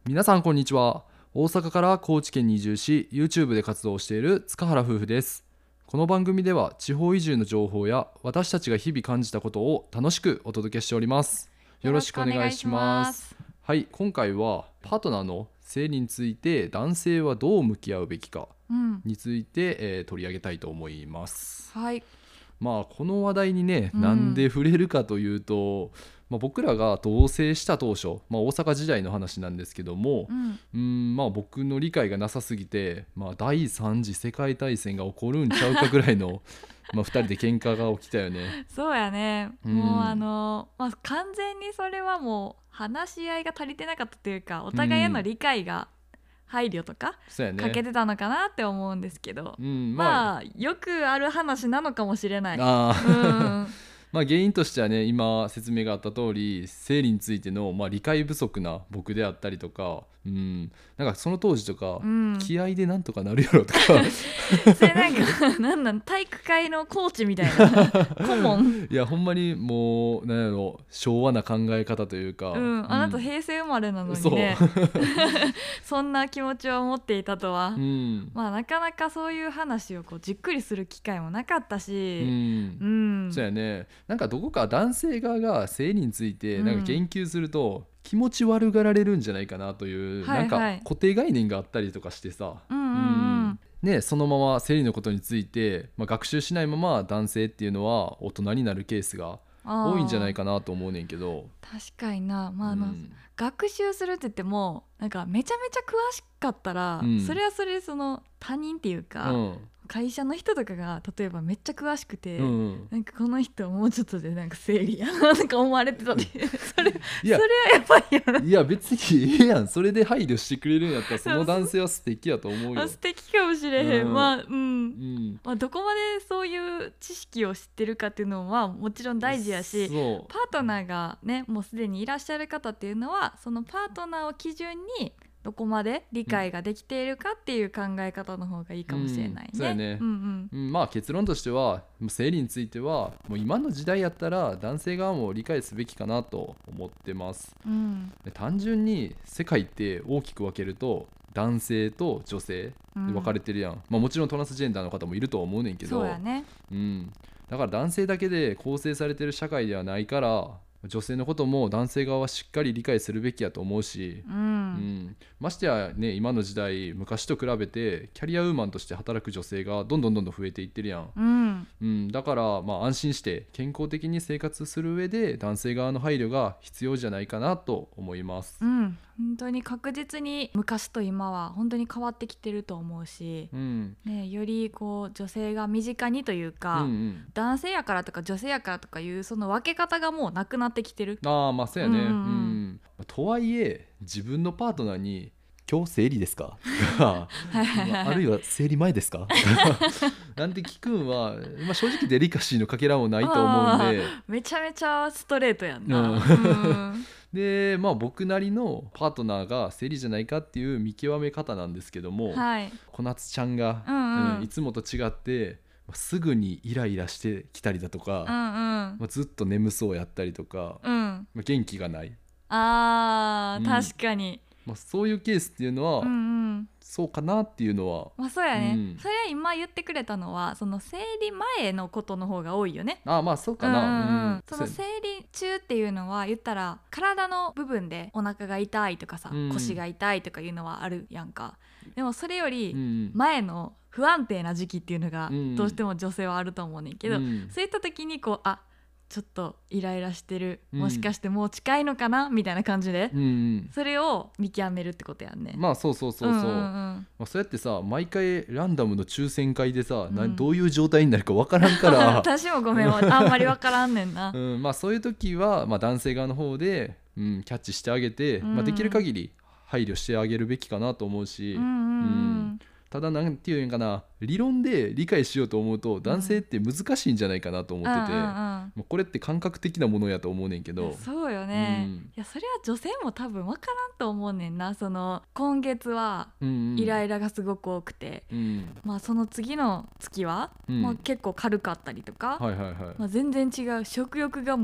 皆さんこんにちは。大阪から高知県に移住し YouTube で活動している塚原夫婦です。この番組では地方移住の情報や私たちが日々感じたことを楽しくお届けしております。よろしくお願いします。はい、今回はパートナーの性について男性はどう向き合うべきかについて、取り上げたいと思います。 はい。 この話題にね、なんで触れるかというと、僕らが同棲した当初、大阪時代の話なんですけども、僕の理解がなさすぎて、第3次世界大戦が起こるんちゃうかぐらいの2人で喧嘩が起きたよね。 そうやね。もう完全にそれはもう話し合いが足りてなかったというか、お互いへの理解が配慮とかそうやね。 欠けてたのかなって思うんですけど、よくある話なのかもしれない。 原因としてはね、今説明があった通り生理についての、理解不足な僕であったりとか、なんかその当時とか、気合でなんとかなるやろとかそれなん体育会のコーチみたいな顧問。 いやほんまにもうなんやろ、昭和な考え方というか、 あなた平成生まれなのにねそんな気持ちを持っていたとは、なかなかそういう話をこうじっくりする機会もなかったし、 そうやね。なんかどこか男性側が生理についてなんか言及すると気持ち悪がられるんじゃないかなという、なんか固定概念があったりとかしてさ、そのまま生理のことについて、学習しないまま男性っていうのは大人になるケースが多いんじゃないかなと思うねんけど。 確かにな、学習するって言ってもなんかめちゃめちゃ詳しかったら、それはそれその他人っていうか、会社の人とかが例えばめっちゃ詳しくて、なんかこの人もうちょっとでなんか生理やななんか思われてたでそれはやばいやろ。 いや別にええやん。それで配慮してくれるんやったらその男性は素敵やと思うよ。 素敵かもしれへん。どこまでそういう知識を知ってるかっていうのはもちろん大事やし、パートナーがねもうすでにいらっしゃる方っていうのはそのパートナーを基準にどこまで理解ができているかっていう考え方の方がいいかもしれないね。 そうやね。結論としては生理についてはもう今の時代やったら男性側も理解すべきかなと思ってます。単純に世界って大きく分けると男性と女性で分かれてるやん。もちろんトランスジェンダーの方もいるとは思うねんけど、 そうやね。 だから男性だけで構成されてる社会ではないから女性のことも男性側はしっかり理解するべきやと思うし、ましてやね、今の時代昔と比べてキャリアウーマンとして働く女性がどんどん増えていってるやん。だから安心して健康的に生活する上で男性側の配慮が必要じゃないかなと思います。 本当に確実に昔と今は本当に変わってきてると思うし、よりこう女性が身近にというか、男性やからとか女性やからとかいうその分け方がもうなくなってきてる。 そうやね。とはいえ自分のパートナーに今日生理ですかあるいは生理前ですかなんて聞くんは、正直デリカシーのかけらもないと思うんで、 めちゃめちゃストレートやんな。 で僕なりのパートナーが生理じゃないかっていう見極め方なんですけども、小夏ちゃんが、いつもと違ってすぐにイライラしてきたりだとか、ずっと眠そうやったりとか、元気がない。 確かに、 そういうケースっていうのは、そうかなっていうのは、 そうやね。それは今言ってくれたのはその生理前のことの方が多いよね。 そうかな。 その生理中っていうのは言ったら体の部分でお腹が痛いとかさ、腰が痛いとかいうのはあるやんか。でもそれより前の不安定な時期っていうのがどうしても女性はあると思うねんけど、そういった時にこうちょっとイライラしてる、もしかしてもう近いのかなみたいな感じで、それを見極めるってことやんね。 そうやってさ、毎回ランダムの抽選会でさ、どういう状態になるか分からんから私もごめん、あんまり分からんねんな。 そういう時は、男性側の方で、キャッチしてあげて、できる限り配慮してあげるべきかなと思うし、ただなんていうんかな、理論で理解しようと思うと男性って難しいんじゃないかなと思ってて、もうこれって感覚的なものやと思うねんけど。 そうよね。いやそれは女性も多分分からんと思うねんな。その今月はイライラがすごく多くて、その次の月は、結構軽かったりとか、全然違う、食欲がもう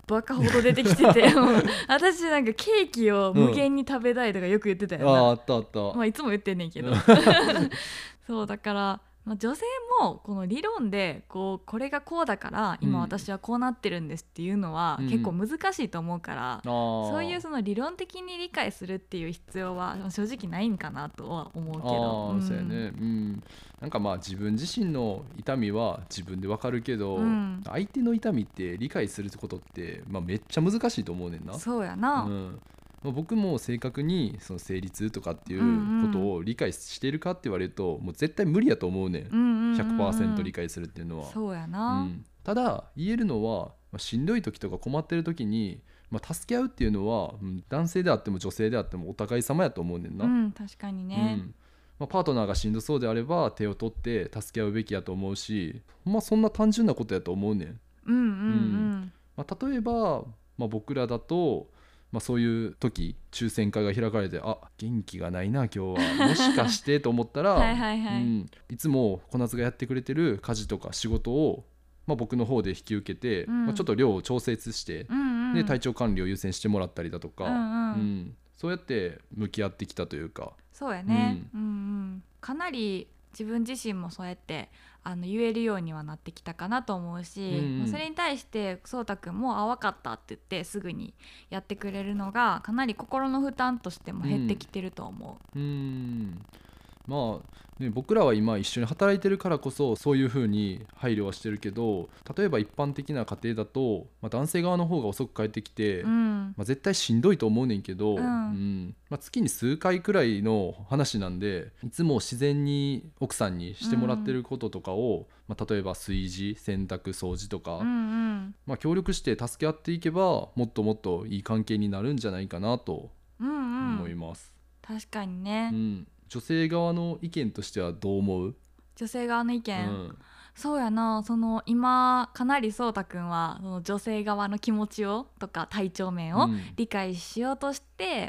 バカほど出てきてて私なんかケーキを無限に食べたいとかよく言ってたよな、 あったあった、 まあいつも言ってんねんけどそうだから、まあ、女性もこの理論でこれがこうだから今私はこうなってるんですっていうのは結構難しいと思うから、そういうその理論的に理解するっていう必要は正直ないんかなとは思うけど、 そうやね、なんかまあ自分自身の痛みは自分でわかるけど、相手の痛みって理解することって、めっちゃ難しいと思うねんな。 そうやな、 僕も正確にその生理痛とかっていうことを理解しているかって言われると、もう絶対無理やと思うねん、100% 理解するっていうのは。 そうやな、 ただ言えるのは、しんどい時とか困ってる時に、助け合うっていうのは、男性であっても女性であってもお互い様やと思うねんな。 確かにね、 パートナーがしんどそうであれば手を取って助け合うべきやと思うし、そんな単純なことやと思うねん。例えば、僕らだと、そういう時抽選会が開かれて、元気がないな今日はもしかしてと思ったらいつも小夏がやってくれてる家事とか仕事を、僕の方で引き受けて、ちょっと量を調節して、で体調管理を優先してもらったりだとか、そうやって向き合ってきたというか。 そうやね、かなり自分自身もそうやって言えるようにはなってきたかなと思うし、それに対してそうたくんも分かったって言ってすぐにやってくれるのがかなり心の負担としても減ってきてると思う。 僕らは今一緒に働いてるからこそそういう風に配慮はしてるけど、例えば一般的な家庭だと、男性側の方が遅く帰ってきて、絶対しんどいと思うねんけど、月に数回くらいの話なんで、いつも自然に奥さんにしてもらってることとかを、例えば炊事、洗濯、掃除とか、協力して助け合っていけばもっともっといい関係になるんじゃないかなと思います。 確かにね、 女性側の意見としてはどう思う？ 女性側の意見、そうやな、今かなりそうたくんはその女性側の気持ちをとか体調面を理解しようとして、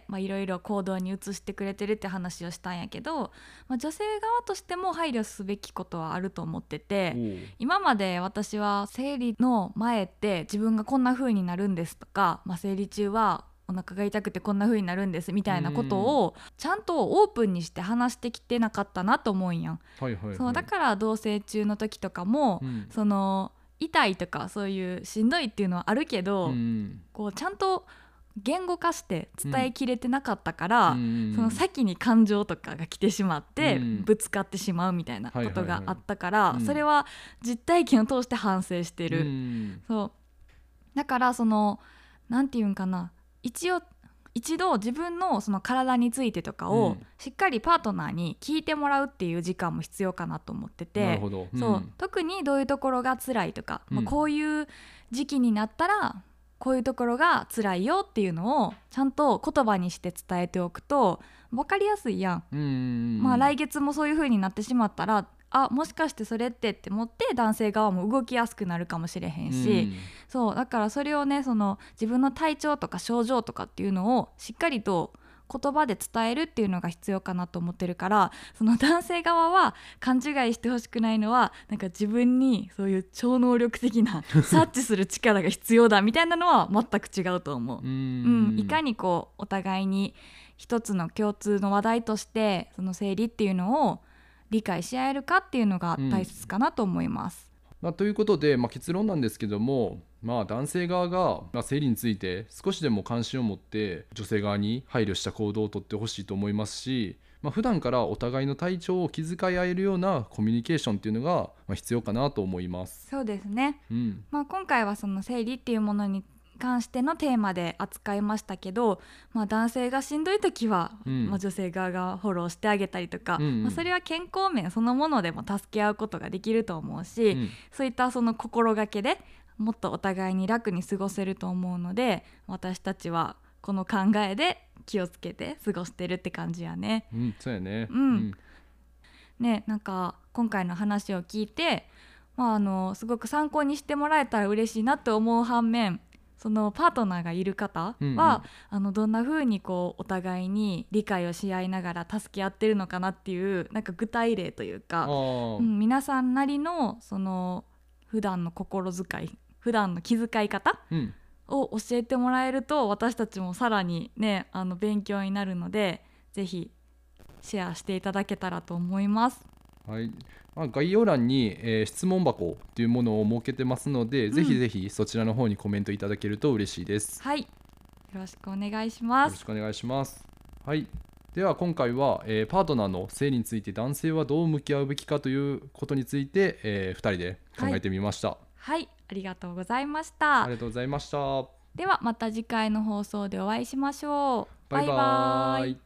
いろいろ行動に移してくれてるって話をしたんやけど、女性側としても配慮すべきことはあると思ってて、今まで私は生理の前って自分がこんな風になるんですとか、生理中はお腹が痛くてこんな風になるんですみたいなことをちゃんとオープンにして話してきてなかったなと思うんやん。そうだから同棲中の時とかも、その痛いとかそういうしんどいっていうのはあるけど、ちゃんと言語化して伝えきれてなかったから、その先に感情とかが来てしまってぶつかってしまうみたいなことがあったから、それは実体験を通して反省してる。そうだからなんていうんかな、一度自分のその体についてとかをしっかりパートナーに聞いてもらうっていう時間も必要かなと思ってて、特にどういうところが辛いとか、こういう時期になったらこういうところが辛いよっていうのをちゃんと言葉にして伝えておくと分かりやすいやん。来月もそういう風になってしまったら、もしかしてそれって思って男性側も動きやすくなるかもしれへんし、そうだからそれをね、自分の体調とか症状とかっていうのをしっかりと言葉で伝えるっていうのが必要かなと思ってるから、その男性側は勘違いしてほしくないのは、なんか自分にそういう超能力的な察知する力が必要だみたいなのは全く違うと思う。いかにお互いに一つの共通の話題としてその生理っていうのを理解し合えるかっていうのが大切かなと思います。 ということで、結論なんですけども、男性側が、生理について少しでも関心を持って女性側に配慮した行動をとってほしいと思いますし、普段からお互いの体調を気遣い合えるようなコミュニケーションっていうのが、必要かなと思います。 そうですね、今回はその生理っていうものに関してのテーマで扱いましたけど、男性がしんどい時は、女性側がフォローしてあげたりとか、それは健康面そのものでも助け合うことができると思うし、そういったその心がけでもっとお互いに楽に過ごせると思うので、私たちはこの考えで気をつけて過ごしてるって感じやね。 そうやね。 なんか今回の話を聞いて、すごく参考にしてもらえたら嬉しいなと思う反面、そのパートナーがいる方は、どんな風にお互いに理解をし合いながら助け合ってるのかなっていう、なんか具体例というか、皆さんなりのその普段の心遣い、普段の気遣い方を教えてもらえると私たちもさらにね勉強になるので、ぜひシェアしていただけたらと思います。 はい、概要欄に、質問箱というものを設けてますので、ぜひぜひそちらの方にコメントいただけると嬉しいです。 はい、よろしくお願いします。 よろしくお願いします。はい、では今回は、パートナーの性について男性はどう向き合うべきかということについて、2人で考えてみました。 はい、ありがとうございました。 ありがとうございました。 ではまた次回の放送でお会いしましょう。 バイバーイ。